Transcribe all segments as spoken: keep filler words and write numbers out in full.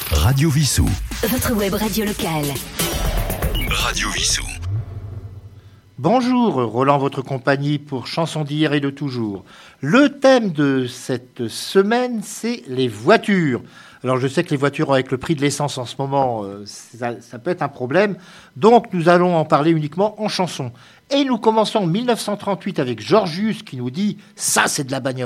Radio Vissou. Votre web radio locale. Radio Vissou. Bonjour, Roland, votre compagnie pour Chansons d'hier et de toujours. Le thème de cette semaine, c'est les voitures. Alors je sais que les voitures, avec le prix de l'essence en ce moment, euh, ça, ça peut être un problème. Donc nous allons en parler uniquement en chanson. Et nous commençons en dix-neuf cent trente-huit avec Georgius qui nous dit « Ça, c'est de la bagnole ».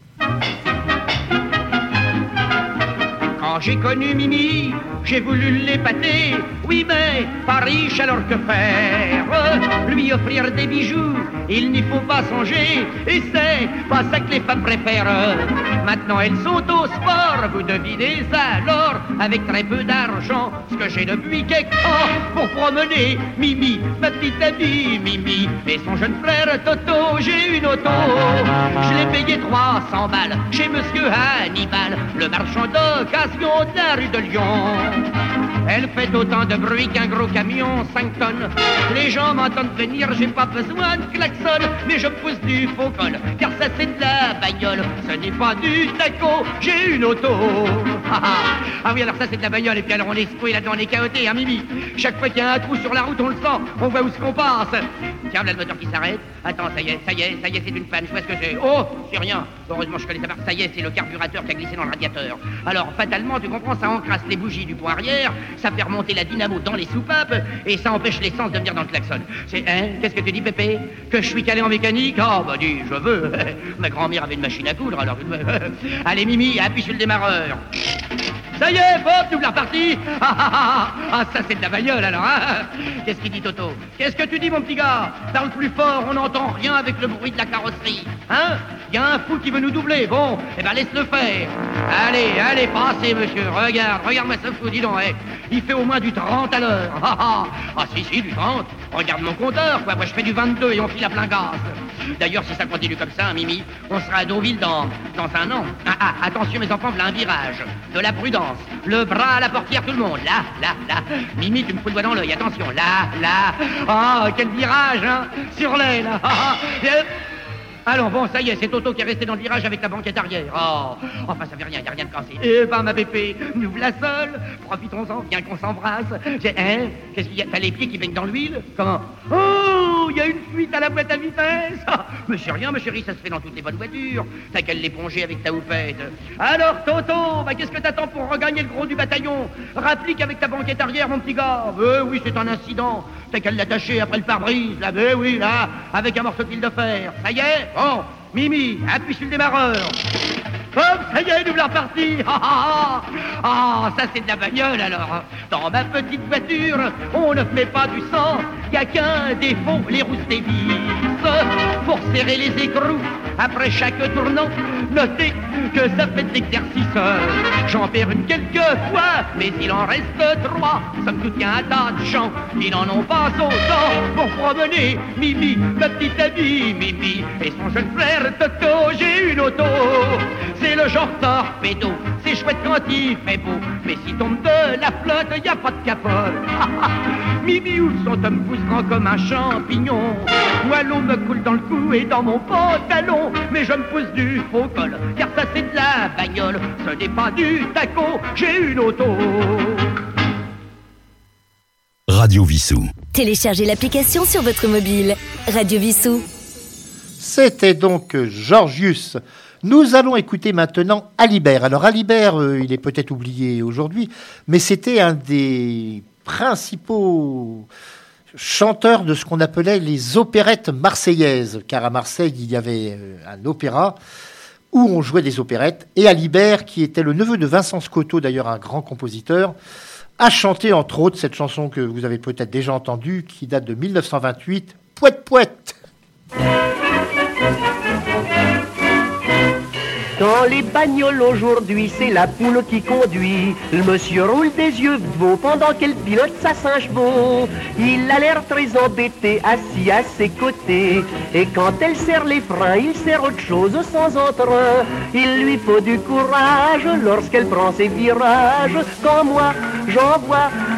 Quand j'ai connu Mimi, j'ai voulu l'épater. Oui, mais pas riche, alors que faire? Lui offrir des bijoux, il n'y faut pas songer. Et c'est pas ça que les femmes préfèrent. Maintenant elles sont au sport, vous devinez alors, avec très peu d'argent, ce que j'ai depuis quelque temps pour promener Mimi, ma petite amie Mimi, et son jeune frère Toto. J'ai une auto, je l'ai payé trois cents balles chez Monsieur Hannibal, le marchand d'occasion de la rue de Lyon. Elle fait autant de bruit qu'un gros camion, cinq tonnes. Les gens m'entendent venir, j'ai pas besoin de klaxon, mais je pousse du faux col, car ça c'est de la bagnole, ce n'est pas du taco, j'ai une auto. Ah, ah. ah oui, alors ça c'est de la bagnole, et puis alors on est secoué là-dedans, on est chaoté, hein Mimi. Chaque fois qu'il y a un trou sur la route, on le sent, on voit où ce qu'on passe. Tiens, là le moteur qui s'arrête. Attends, ça y est, ça y est, ça y est, c'est une panne, je vois ce que c'est. Oh, c'est rien. Heureusement, je connais sa marque, ça y est, c'est le carburateur qui a glissé dans le radiateur. Alors, fatalement, tu comprends, ça encrasse les bougies du pont arrière, ça fait remonter la dynamo dans les soupapes, et ça empêche l'essence de venir dans le klaxon. C'est, hein, qu'est-ce que tu dis, Pépé? Que je suis calé en mécanique? Ah, bah dis, je veux. Ma grand-mère avait une machine à coudre, alors... Allez, Mimi, appuie sur le démarreur. Ça y est, Bob, nous la reparti. Ah, ah, ah, ah, ça c'est de la bagnole alors, hein. Qu'est-ce qu'il dit, Toto? Qu'est-ce que tu dis, mon petit gars? Parle plus fort, on n'entend rien avec le bruit de la carrosserie. Hein? Il y a un fou qui veut nous doubler, bon, eh ben laisse-le faire. Allez, allez, passez, monsieur, regarde, regarde-moi ce fou, dis donc, eh. Il fait au moins du trente à l'heure. Ah, ah, ah, si, si, du trente. Regarde mon compteur, quoi, moi je fais du vingt-deux et on file à plein gaz. D'ailleurs, si ça continue comme ça, hein, Mimi, on sera à Deauville dans, dans un an. Ah, ah, attention, mes enfants, voilà un virage. De la prudence. Le bras à la portière, tout le monde. Là, là, là. Mimi, tu me fous le doigt dans l'œil. Attention. Là, là. Oh, quel virage, hein. Sur l'aile. Ah, ah. Allons, bon, ça y est, c'est Toto qui est resté dans le virage avec la banquette arrière. Oh, enfin, ça fait rien, y a rien de cassé. Eh ben, ma pépé, nous voilà seuls. Profitons-en, bien qu'on s'embrasse. J'ai, hein, qu'est-ce qu'il y a? T'as les pieds qui baignent dans l'huile? Comment? Oh, il y a une fuite à la boîte à vitesse. Ah, mais c'est rien, ma chérie, ça se fait dans toutes les bonnes voitures. T'as qu'à l'éponger avec ta houppette. Alors, Toto, bah, qu'est-ce que t'attends pour regagner le gros du bataillon? Rapplique avec ta banquette arrière, mon petit gars. Euh, oui, c'est un incident. T'as qu'à l'attacher après le pare-brise, là, ben oui, là, avec un morceau de fil de fer. Ça y est? Bon, Mimi, appuie sur le démarreur. Hop, ça y est, nous voilà repartis. Ah, ah, ah. ah, ça c'est de la bagnole alors. Dans ma petite voiture, on ne met pas du sang. Y a qu'un défaut, les rousses des vis. Pour serrer les écrous, après chaque tournant, notez que ça fait de l'exercice. J'en perds une quelquefois, mais il en reste trois. Somme toute, y a un tas de gens qui n'en ont pas autant pour promener Mimi, ma petite amie Mimi, et son jeune frère Toto. J'ai une auto, c'est le genre torpédo, c'est chouette quand il fait beau, mais si tombe de la flotte, y a pas de capote. Mimi ou son homme pousse grand comme un champignon, moi l'eau me coule dans le cou et dans mon pantalon, mais je me pousse du faux col, car ça c'est de la bagnole, ce n'est pas du taco, j'ai une auto. Radio Vissou. Téléchargez l'application sur votre mobile. Radio Vissou. C'était donc Georgius. Nous allons écouter maintenant Alibert. Alors Alibert, euh, il est peut-être oublié aujourd'hui, mais c'était un des principaux chanteurs de ce qu'on appelait les opérettes marseillaises, car à Marseille, il y avait euh, un opéra où on jouait des opérettes, et Alibert, qui était le neveu de Vincent Scotto, d'ailleurs un grand compositeur, a chanté entre autres cette chanson que vous avez peut-être déjà entendue, qui date de dix-neuf cent vingt-huit, « Pouette, pouette ». Dans les bagnoles aujourd'hui, c'est la poule qui conduit. Le monsieur roule des yeux veaux pendant qu'elle pilote sa Saint-Chevaux. Il a l'air très embêté, assis à ses côtés. Et quand elle serre les freins, il serre autre chose sans entrain. Il lui faut du courage lorsqu'elle prend ses virages. Quand moi, j'en vois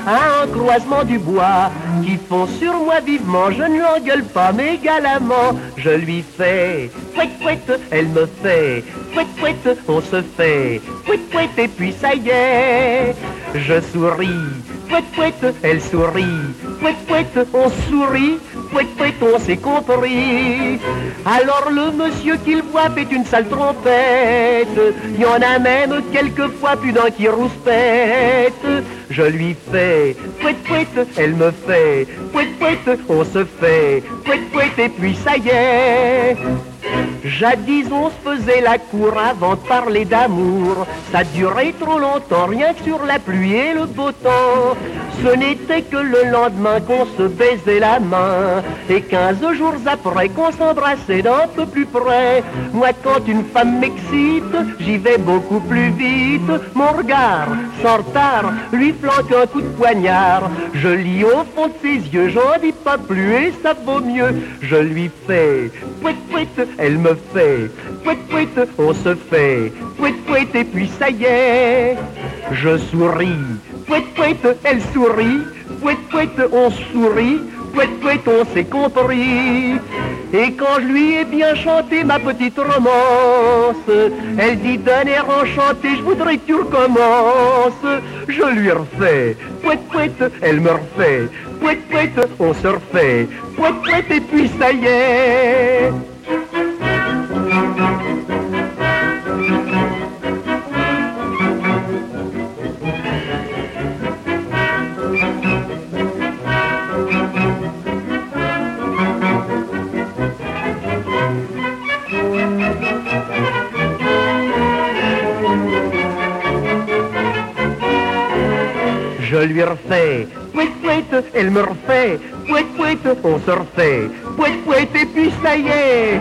à un croisement du bois qui fond sur moi vivement. Je ne l'engueule pas mais galamment je lui fais pouet pouet, elle me fait pouet pouet, on se fait pouet pouet et puis ça y est, je souris pouet pouet, elle sourit pouet pouet, on sourit pouet pouet, on s'est compris. Alors le monsieur qu'il voit fait une sale trompette, il y en a même quelquefois plus d'un qui rouspète. Je lui fais pouet pouet, elle me fait pouet pouet, on se fait pouet pouet et puis ça y est. Jadis on se faisait la cour avant de parler d'amour. Ça durait trop longtemps, rien que sur la pluie et le beau temps. Ce n'était que le lendemain qu'on se baisait la main, et quinze jours après qu'on s'embrassait d'un peu plus près. Moi quand une femme m'excite, j'y vais beaucoup plus vite. Mon regard, sans retard, lui flanque un coup de poignard. Je lis au fond de ses yeux, j'en dis pas plus et ça vaut mieux. Je lui fais pouet pouet, elle me fait pouet pouet, on se fait pouet pouet et puis ça y est. Je souris pouet pouet, elle sourit pouet pouet, on sourit pouet pouet, on s'est compris. Et quand je lui ai bien chanté ma petite romance, elle dit d'un air enchanté, je voudrais que tu recommences. Je lui refais pouet pouet, elle me refait pouet pouet, on se refait pouet pouet et puis ça y est. Je lui refais pouet pouet, elle me refait pouet pouet, on se refait pouet pouet et puis ça y est.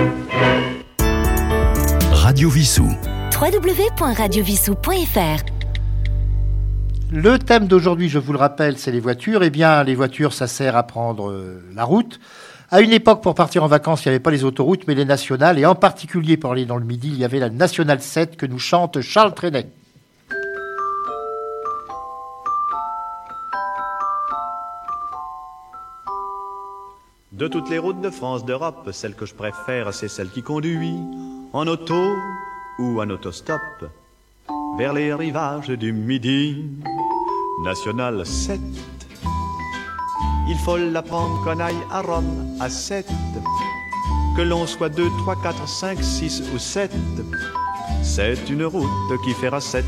Radio Vissou. w w w point radio vissou point f r. Le thème d'aujourd'hui, je vous le rappelle, c'est les voitures. Eh bien, les voitures, ça sert à prendre euh, la route. À une époque, pour partir en vacances, il n'y avait pas les autoroutes, mais les nationales. Et en particulier, pour aller dans le Midi, il y avait la Nationale sept que nous chante Charles Trenet. De toutes les routes de France, d'Europe, celle que je préfère, c'est celle qui conduit en auto ou en autostop vers les rivages du Midi. Nationale sept, il faut la prendre qu'on aille à Rome à sept, que l'on soit deux, trois, quatre, cinq, six ou sept. C'est une route qui fera sept.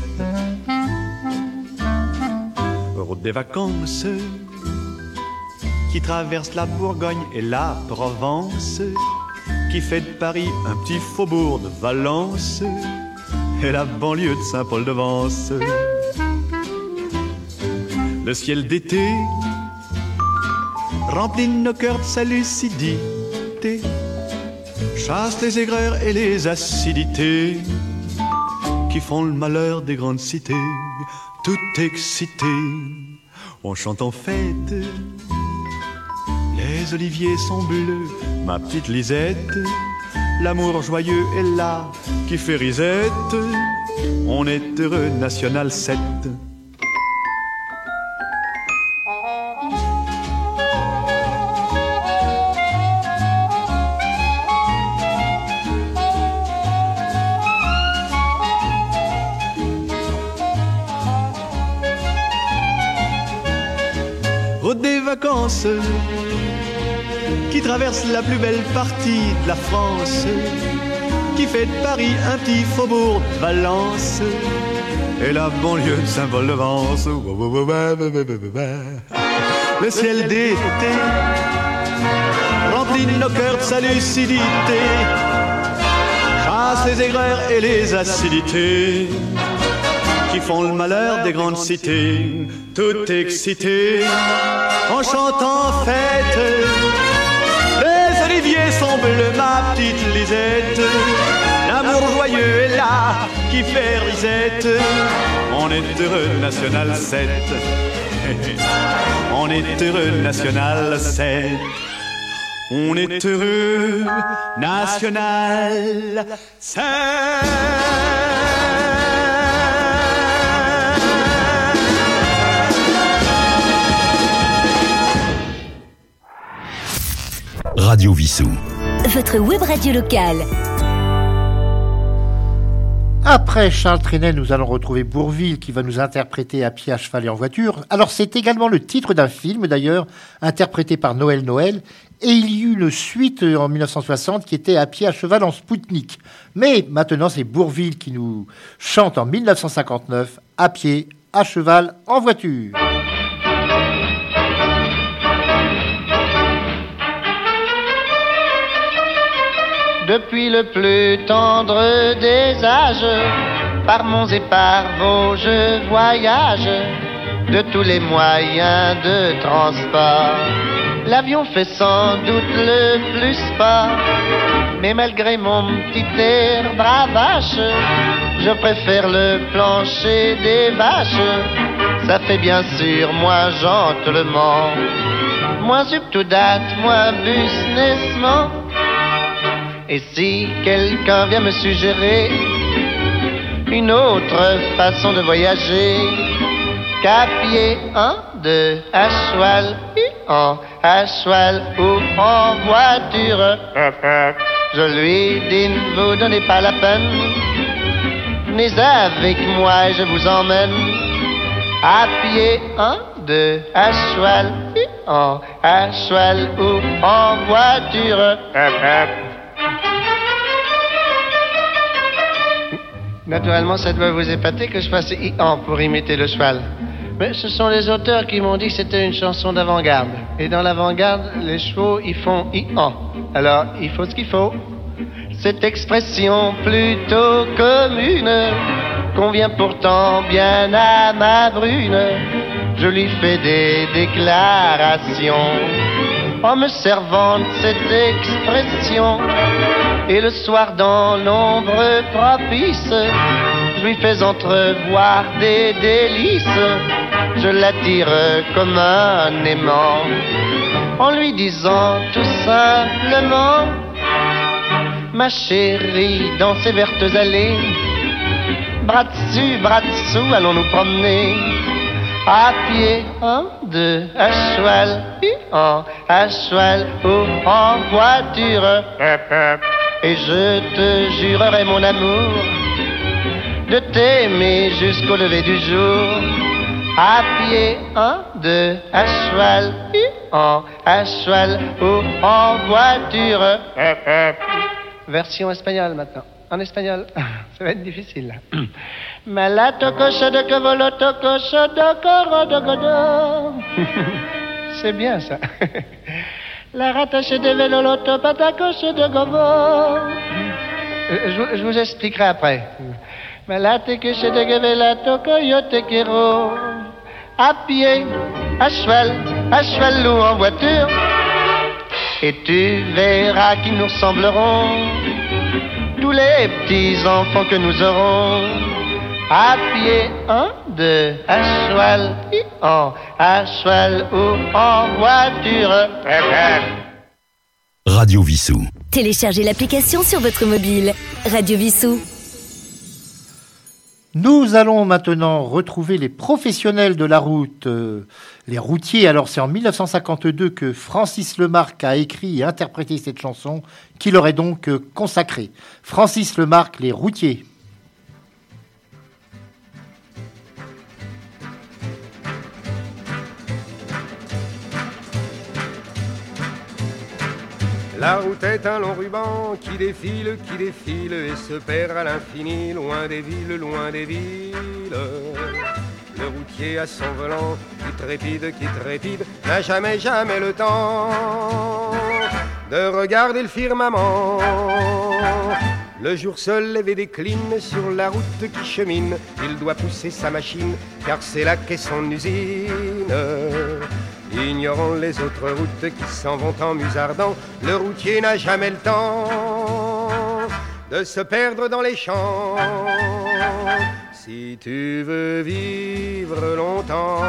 Route des vacances qui traverse la Bourgogne et la Provence, qui fait de Paris un petit faubourg de Valence et la banlieue de Saint-Paul-de-Vence. Le ciel d'été remplit nos cœurs de sa lucidité, chasse les aigreurs et les acidités qui font le malheur des grandes cités. Tout excité, on chante en fête. Les oliviers sont bleus, ma petite Lisette. L'amour joyeux est là, qui fait risette. On est heureux, National sept. Route des vacances qui traverse la plus belle partie de la France, qui fait de Paris un petit faubourg de Valence et la banlieue de Saint-Paul-de-Vence. Le ciel d'été remplit nos cœurs de sa lucidité, chasse les aigreurs et les acidités qui font le malheur des grandes cités. Tout excité, en chantant en fête. Les oliviers sont bleus, ma petite Lisette. L'amour joyeux est là, qui fait risette. On est heureux, National sept. On est heureux, National sept. On est heureux, National sept. Radio Vissou. Votre web radio locale. Après Charles Trenet, nous allons retrouver Bourvil qui va nous interpréter À pied, à cheval et en voiture. Alors c'est également le titre d'un film d'ailleurs, interprété par Noël Noël. Et il y eut une suite en dix-neuf cent soixante qui était À pied, à cheval en Spoutnik. Mais maintenant c'est Bourvil qui nous chante en dix-neuf cent cinquante-neuf À pied, à cheval, en voiture. Depuis le plus tendre des âges, par monts et par vaux, je voyage de tous les moyens de transport. L'avion fait sans doute le plus sport, mais malgré mon petit air bravache, je préfère le plancher des vaches. Ça fait bien sûr moins gentlement, moins up to date, moins businessman. Et si quelqu'un vient me suggérer une autre façon de voyager, qu'à pied, un, deux, à cheval, en, à cheval ou en voiture, je lui dis ne vous donnez pas la peine, venez avec moi et je vous emmène à pied, un, deux, à cheval, en, à cheval ou en voiture. Naturellement, ça doit vous épater que je fasse i-an pour imiter le cheval. Mais ce sont les auteurs qui m'ont dit que c'était une chanson d'avant-garde. Et dans l'avant-garde, les chevaux, ils font i-an. Alors, il faut ce qu'il faut. Cette expression plutôt commune convient pourtant bien à ma brune. Je lui fais des déclarations en me servant de cette expression. Et le soir dans l'ombre propice, je lui fais entrevoir des délices. Je l'attire comme un aimant, en lui disant tout simplement: ma chérie, dans ces vertes allées, bras dessus, bras dessous, allons nous promener. À pied, un, deux, à cheval, en, à cheval ou en voiture. Et je te jurerai mon amour de t'aimer jusqu'au lever du jour. À pied, un, deux, à cheval, en, à cheval ou en voiture. Version espagnole maintenant. En espagnol, ça va être difficile. Malato coche de cavoloto coche de coro de godo. C'est bien ça. La rattache de véloloto patacoche de gobo. Je, je vous expliquerai après. Malate que je de gavelato coyote quero. À pied, à cheval, à cheval ou en voiture. Et tu verras qu'ils nous ressembleront, tous les petits enfants que nous aurons. À pied, un, deux, à cheval, en, à cheval ou en voiture. Radio Vissou. Téléchargez l'application sur votre mobile. Radio Vissou. Nous allons maintenant retrouver les professionnels de la route, euh, les routiers. Alors c'est en dix-neuf cent cinquante-deux que Francis Lemarque a écrit et interprété cette chanson qu'il aurait donc euh, consacrée. Francis Lemarque, les routiers. La route est un long ruban qui défile, qui défile et se perd à l'infini, loin des villes, loin des villes. Le routier à son volant qui trépide, qui trépide, n'a jamais, jamais le temps de regarder le firmament. Le jour se lève et décline sur la route qui chemine. Il doit pousser sa machine car c'est là qu'est son usine. Ignorant les autres routes qui s'en vont en musardant, le routier n'a jamais le temps de se perdre dans les champs. Si tu veux vivre longtemps,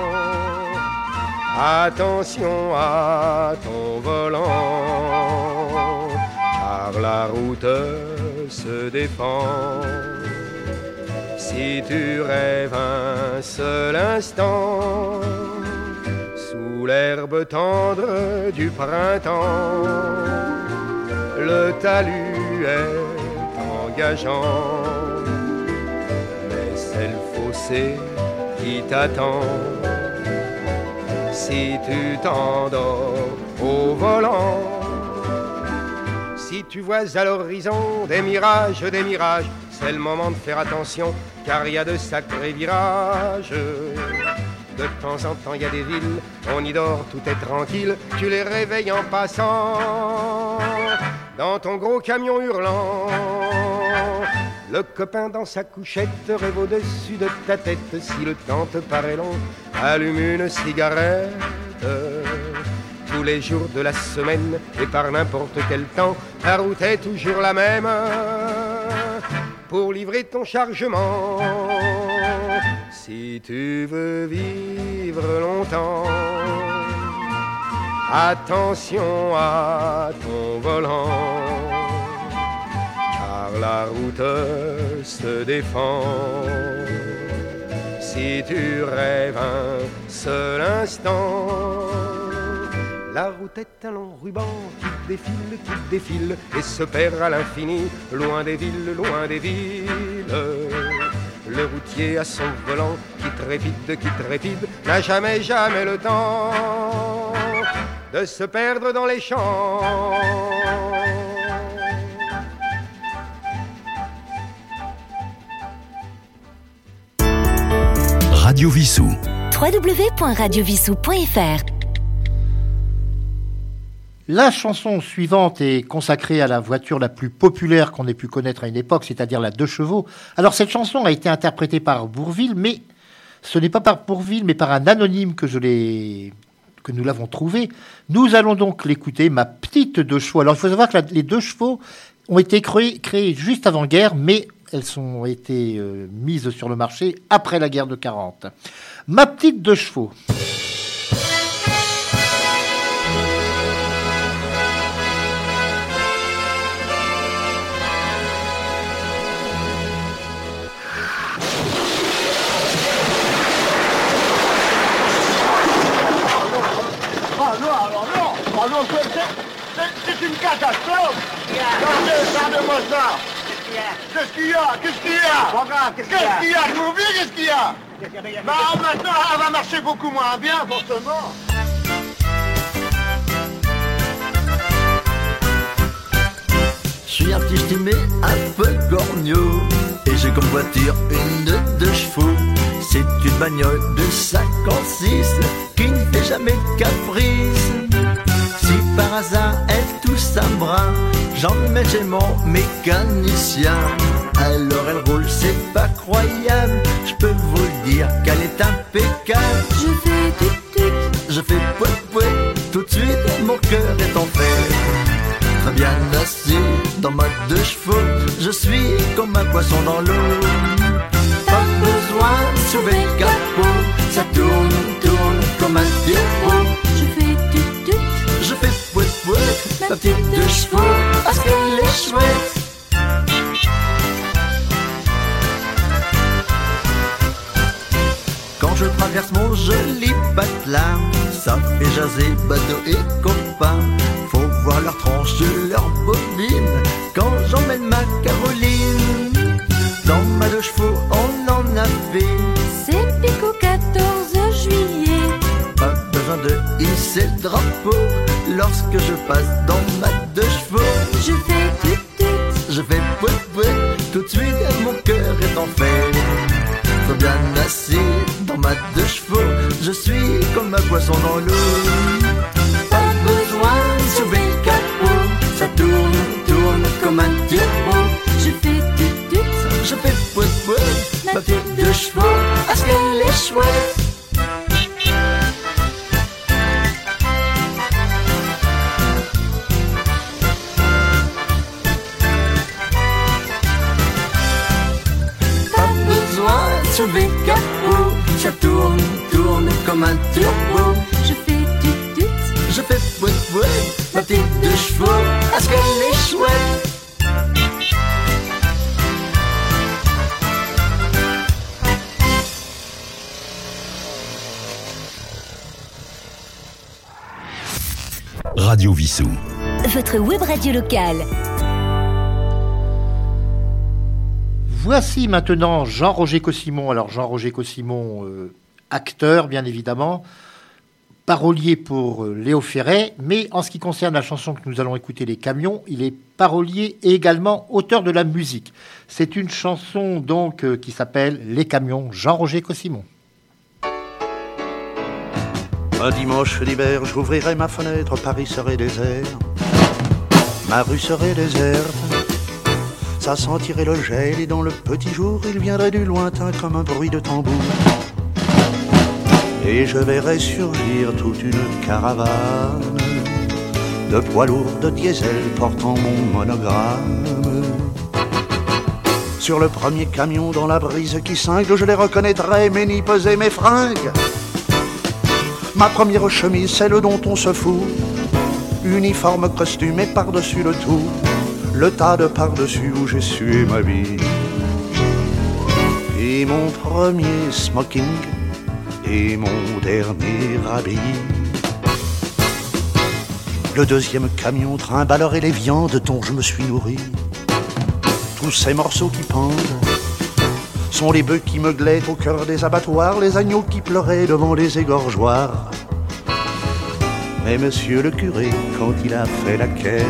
attention à ton volant, car la route se défend. Si tu rêves un seul instant l'herbe tendre du printemps. Le talus est engageant, mais c'est le fossé qui t'attend. Si tu t'endors au volant, si tu vois à l'horizon des mirages, des mirages, c'est le moment de faire attention, car il y a de sacrés virages. De temps en temps, il y a des villes, on y dort, tout est tranquille, tu les réveilles en passant, dans ton gros camion hurlant. Le copain dans sa couchette rêve au-dessus de ta tête. Si le temps te paraît long, allume une cigarette. Tous les jours de la semaine et par n'importe quel temps, la route est toujours la même pour livrer ton chargement. Si tu veux vivre longtemps, attention à ton volant, car la route se défend. Si tu rêves un seul instant, la route est un long ruban qui défile, qui défile et se perd à l'infini, loin des villes, loin des villes. Le routier à son volant qui trépide, qui trépide, n'a jamais, jamais le temps de se perdre dans les champs. Radio Vissou. w w w point radio vissou point f r. La chanson suivante est consacrée à la voiture la plus populaire qu'on ait pu connaître à une époque, c'est-à-dire la deux chevaux. Alors cette chanson a été interprétée par Bourvil, mais ce n'est pas par Bourvil, mais par un anonyme que je l'ai, que nous l'avons trouvé. Nous allons donc l'écouter, Ma petite deux chevaux. Alors il faut savoir que la, les deux chevaux ont été créés, créés juste avant-guerre, mais elles ont été euh, mises sur le marché après la guerre de quarante. Ma petite deux chevaux. C'est une catastrophe. Regardez, regardez-moi ça. Qu'est-ce qu'il y a? Qu'est-ce qu'il y a? Qu'est-ce qu'il y a? Vous oubliez qu'est-ce qu'il y a? Bah maintenant, elle va marcher beaucoup moins bien, forcément. Je suis un petit stimé un peu gorgnot, et j'ai comme voiture une deux chevaux. C'est une bagnole de cinquante-six qui ne fait jamais de caprice. Si par hasard elle tousse un bras, j'emmène chez mon mécanicien. Alors elle roule, c'est pas croyable, je peux vous le dire qu'elle est impeccable. Je fais tut-tut, je fais pouet-pouet, tout de suite mon cœur est en fête. Très bien assis dans ma deux chevaux, je suis comme un poisson dans l'eau. Pas besoin de sauver le capot, ça tourne, tourne comme un turbo. je fais tut-tut, Je fais pouet-pouet, ma petite deux chevaux, parce qu'elle est chouette. Quand je traverse mon joli patelin, ça fait jaser bateau et copains. Faut voir leur tronche, leur bobine, quand j'emmène ma Caroline. Dans ma deux chevaux, on en a fait. c'est Pico quatorze juillet. Pas besoin de hisser le drapeau lorsque je passe dans ma deux chevaux. Je fais tut-tut, Je fais pouet-pouet, tout de suite mon cœur est en fête. Trop bien assis dans ma deux chevaux, je suis comme un poisson dans l'eau. Pas besoin de sauver le capot, ça tourne, tourne comme un turbo. je fais tut-tut, Je fais pouet-pouet, ma petite deux chevaux, parce qu'elle est chouette. Pas besoin de sauver le capot, ça tourne, tourne comme un turbo. je fais tut-tut, Je fais pouet-pouet, ma petite deux chevaux, parce qu'elle est chouette. Radio Vissou. Votre web radio locale. Voici maintenant Jean-Roger Cossimon. Alors Jean-Roger Cossimon, euh, acteur bien évidemment, parolier pour euh, Léo Ferré, mais en ce qui concerne la chanson que nous allons écouter, Les Camions, il est parolier et également auteur de la musique. C'est une chanson donc euh, qui s'appelle Les Camions, Jean-Roger Cossimon. Un dimanche d'hiver, j'ouvrirai ma fenêtre, Paris serait désert, ma rue serait déserte, ça sentirait le gel et dans le petit jour, il viendrait du lointain comme un bruit de tambour. Et je verrais surgir toute une caravane de poids lourds de diesel portant mon monogramme. Sur le premier camion dans la brise qui cingle, je les reconnaîtrais, mes nippes et mes fringues. Ma première chemise, celle dont on se fout, uniforme, costume et par-dessus le tout, le tas de par-dessus où j'ai sué ma vie. Et mon premier smoking et mon dernier habit. Le deuxième camion trimballerait les viandes dont je me suis nourri. Tous ces morceaux qui pendent sont les bœufs qui me glettent au cœur des abattoirs, les agneaux qui pleuraient devant les égorgeoirs. Mais monsieur le curé, quand il a fait la quête,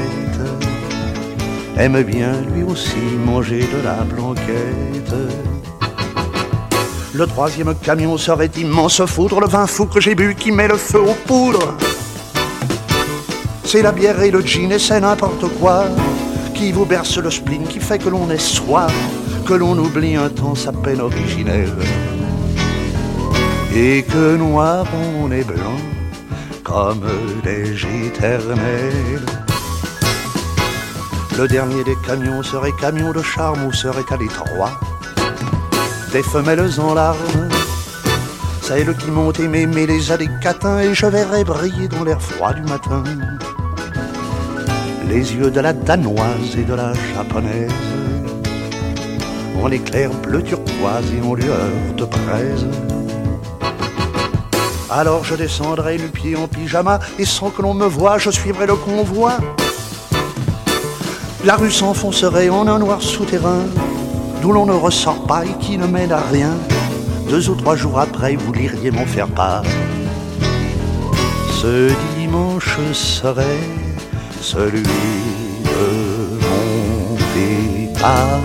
aime bien lui aussi manger de la blanquette. Le troisième camion serait immense foudre, le vin fou que j'ai bu qui met le feu aux poudres. C'est la bière et le gin et c'est n'importe quoi qui vous berce le spleen, qui fait que l'on est soif, que l'on oublie un temps sa peine originelle, et que noir on est blanc comme des éternels. Le dernier des camions serait camion de charme où serait à l'étroit des femelles en larmes, celles qui m'ont aimé mais les a des catins, et je verrai briller dans l'air froid du matin les yeux de la danoise et de la japonaise, en éclair bleu turquoise et en lueur de braise. Alors je descendrai nu pied en pyjama, et sans que l'on me voie, je suivrai le convoi. La rue s'enfoncerait en un noir souterrain, d'où l'on ne ressort pas et qui ne mène à rien. Deux ou trois jours après, vous liriez m'en faire part. Ce dimanche serait celui de mon départ.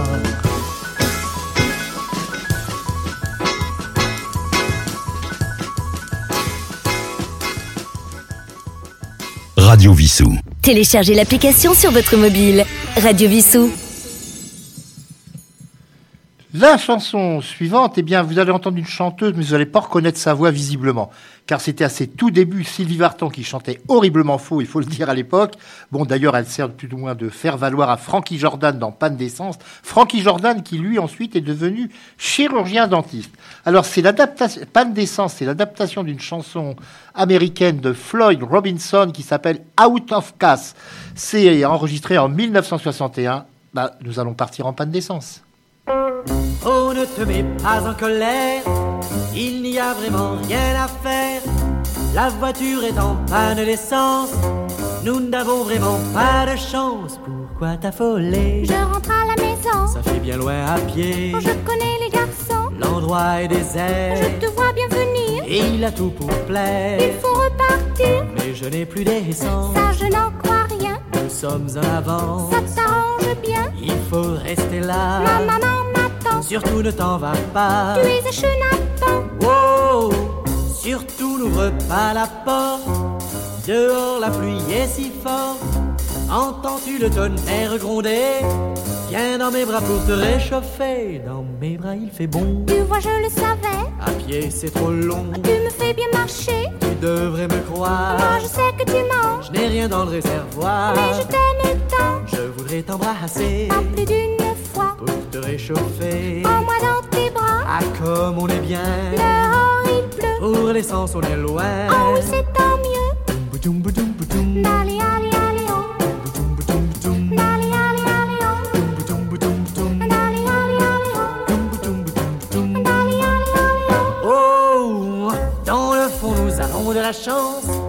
Radio Vissou. Téléchargez l'application sur votre mobile. Radio Vissou. La chanson suivante, eh bien, vous allez entendre une chanteuse, mais vous n'allez pas reconnaître sa voix visiblement, car c'était à ses tout débuts Sylvie Vartan qui chantait horriblement faux, il faut le dire à l'époque. Bon, d'ailleurs, elle sert plus ou moins de faire valoir à Frankie Jordan dans Panne d'essence. Frankie Jordan qui, lui, ensuite, est devenu chirurgien dentiste. Alors, c'est l'adaptation, Panne d'essence, c'est l'adaptation d'une chanson américaine de Floyd Robinson qui s'appelle Out of Gas. C'est enregistré en dix-neuf cent soixante et un. Bah, nous allons partir en panne d'essence. Oh, ne te mets pas en colère, il n'y a vraiment rien à faire. La voiture est en panne d'essence, nous n'avons vraiment pas de chance. Pourquoi t'affoler? Je rentre à la maison, ça fait bien loin à pied. Oh, je connais les garçons, l'endroit est désert. Je te vois bien venir, et il a tout pour plaire. Il faut repartir, mais je n'ai plus d'essence. Ça je n'en crois rien, nous sommes en avance. Ça t'arrange bien, il faut rester là. Ma maman m'attend, surtout ne t'en vas pas. Tu es un chenapan. Wow, surtout n'ouvre pas la porte. Dehors la pluie est si forte. Entends-tu le tonnerre gronder? Viens dans mes bras pour te réchauffer. Dans mes bras il fait bon. Tu vois je le savais, à pied c'est trop long. Tu me fais bien marcher, tu devrais me croire. Moi je sais que tu manges, je n'ai rien dans le réservoir. Mais je t'aime tant, je voudrais t'embrasser pas plus d'une fois, pour te réchauffer. Prends-moi dans tes bras, ah comme on est bien. Dehors il pleut, pour l'essence on est loin. Oh oui c'est tant mieux. Dali, ali, ali, oh. Dali, ali, ali, oh. Dali, ali, ali, oh. Dali, ali, ali, oh. Oh, dans le fond nous avons de la chance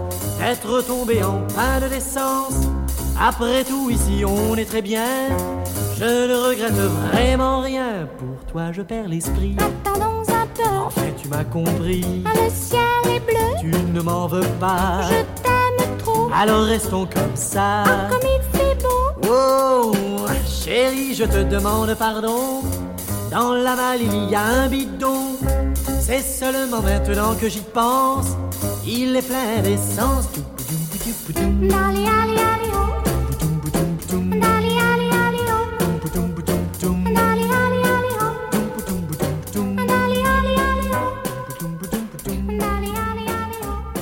être tombé en panne d'essence. Après tout, ici on est très bien. Je ne regrette vraiment rien. Pour toi, je perds l'esprit. Attendons un peu. En fait, tu m'as compris. Le ciel est bleu. Tu ne m'en veux pas. Je t'aime trop. Alors restons comme ça. Ah, comme il fait beau. Oh, chérie, je te demande pardon. Dans la malle, il y a un bidon. C'est seulement maintenant que j'y pense. Il est plein d'essence. Dali, ali, ali, oh. Dali, ali, ali, oh. Dali, ali, ali, oh. Dali, ali, ali, oh. Dali, ali, ali,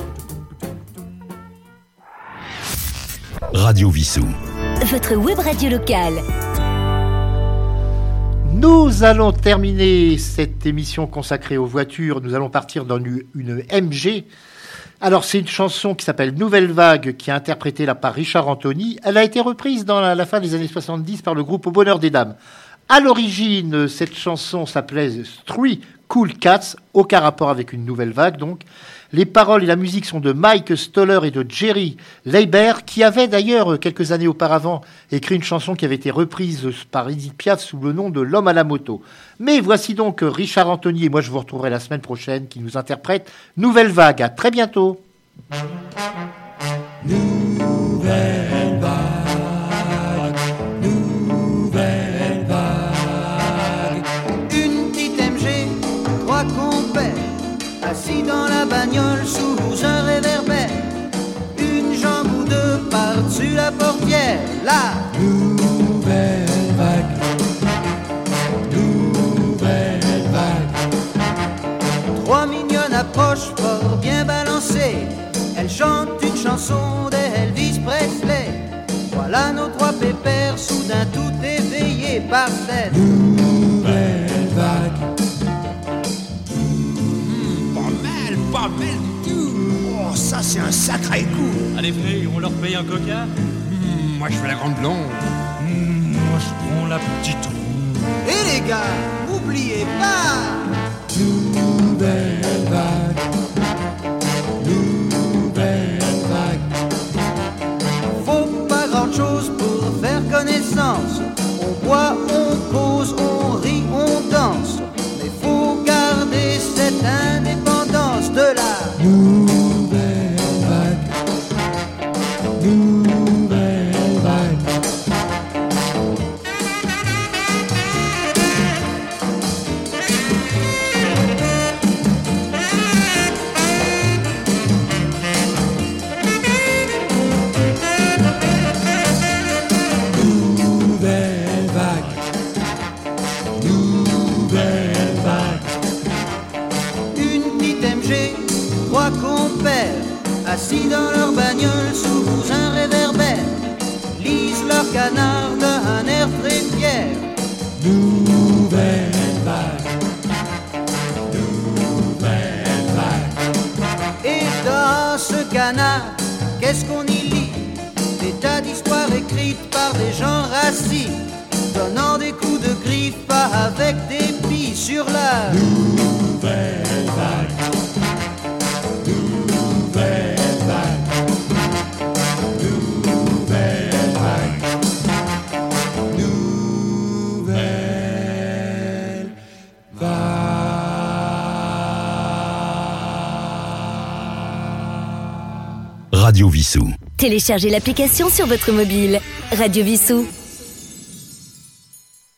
oh. Radio Vissou. Votre web radio locale. Nous allons terminer cette émission consacrée aux voitures. Nous allons partir dans une, une M G. Alors, c'est une chanson qui s'appelle Nouvelle Vague, qui est interprétée là par Richard Anthony. Elle a été reprise dans la, la fin des années soixante-dix par le groupe Au Bonheur des Dames. À l'origine, cette chanson s'appelait Three Cool Cats, aucun rapport avec une nouvelle vague, donc. Les paroles et la musique sont de Mike Stoller et de Jerry Leiber, qui avaient d'ailleurs, quelques années auparavant, écrit une chanson qui avait été reprise par Edith Piaf sous le nom de L'Homme à la moto. Mais voici donc Richard Anthony, et moi je vous retrouverai la semaine prochaine, qui nous interprète Nouvelle Vague. À très bientôt. Nouvelle vague, nouvelle vague. Une petite M G, trois compères, assis dans la bagnole sous un réverbère. Une jambe ou deux par-dessus la portière. La nouvelle vague, nouvelle vague. Trois mignonnes approchent fort bien balancées. Elles chantent une chanson d'Elvis Presley. Voilà nos trois pépères, soudain tout éveillés par cette nouvelle vague. Pas mal du tout. Oh, ça c'est un sacré coup. Allez frère, on leur paye un coca. Mmh, moi je fais la grande blonde. Mmh, moi je prends la petite ronde. Et les gars, n'oubliez pas nouvelle vague, nouvelle vague. Faut pas grand chose pour faire connaissance. On boit, on cause, on rit, on danse. Mais faut garder cette indépendance de la nouvelle vague, nouvelle vague. Nouvelle vague, nouvelle vague. Une petite M G, trois compères, assis dans leur bagnole sous un réverbère, lisent leur canard d'un air très fier. Nouvelle vague, nouvelle vague. Et dans ce canard, qu'est-ce qu'on y lit? Des tas d'histoires écrites par des gens rassis, donnant des coups de griffe avec des billes sur la nouvelle vague, nouvelle vague, nouvelle vague, nouvelle vague. Radio Vissou. Téléchargez l'application sur votre mobile. Radio Vissou.